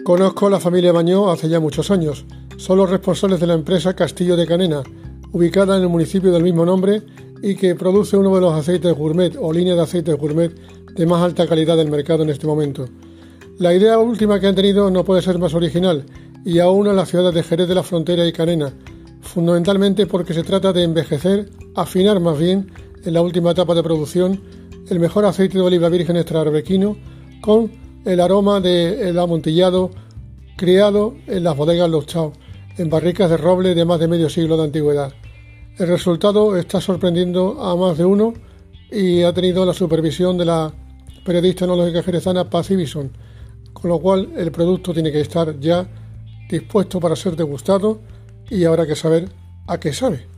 Conozco a la familia Mañó hace ya muchos años. Son los responsables de la empresa Castillo de Canena, ubicada en el municipio del mismo nombre y que produce uno de los aceites gourmet o línea de aceites gourmet de más alta calidad del mercado en este momento. La idea última que han tenido no puede ser más original y aúna las ciudades de Jerez de la Frontera y Canena, fundamentalmente porque se trata de envejecer, afinar más bien, en la última etapa de producción, el mejor aceite de oliva virgen extra arbequino con el aroma del amontillado criado en las bodegas Los Chao, en barricas de roble de más de medio siglo de antigüedad. El resultado está sorprendiendo a más de uno y ha tenido la supervisión de la periodista enológica jerezana Paz Ibison, con lo cual el producto tiene que estar ya dispuesto para ser degustado y habrá que saber a qué sabe.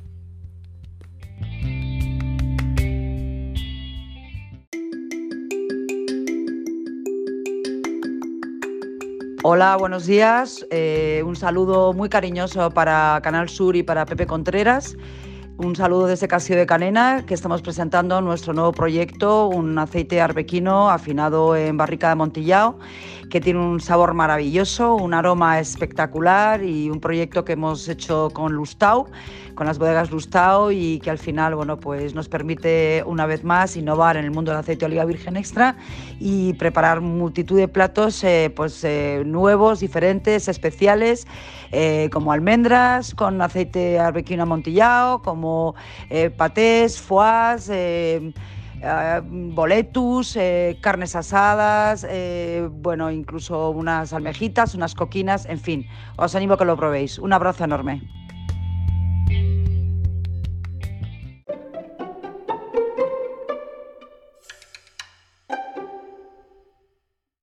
Hola, buenos días. Un saludo muy cariñoso para Canal Sur y para Pepe Contreras. Un saludo desde Castillo de Canena, que estamos presentando nuestro nuevo proyecto, un aceite arbequino afinado en barrica de amontillado, que tiene un sabor maravilloso, un aroma espectacular y un proyecto que hemos hecho con Lustau, con las bodegas Lustau, y que al final, bueno, pues nos permite una vez más innovar en el mundo del aceite de oliva virgen extra y preparar multitud de platos nuevos, diferentes, especiales, como almendras con aceite arbequino amontillado, como patés, foies, boletus, carnes asadas, incluso unas almejitas, unas coquinas, en fin, os animo a que lo probéis. Un abrazo enorme.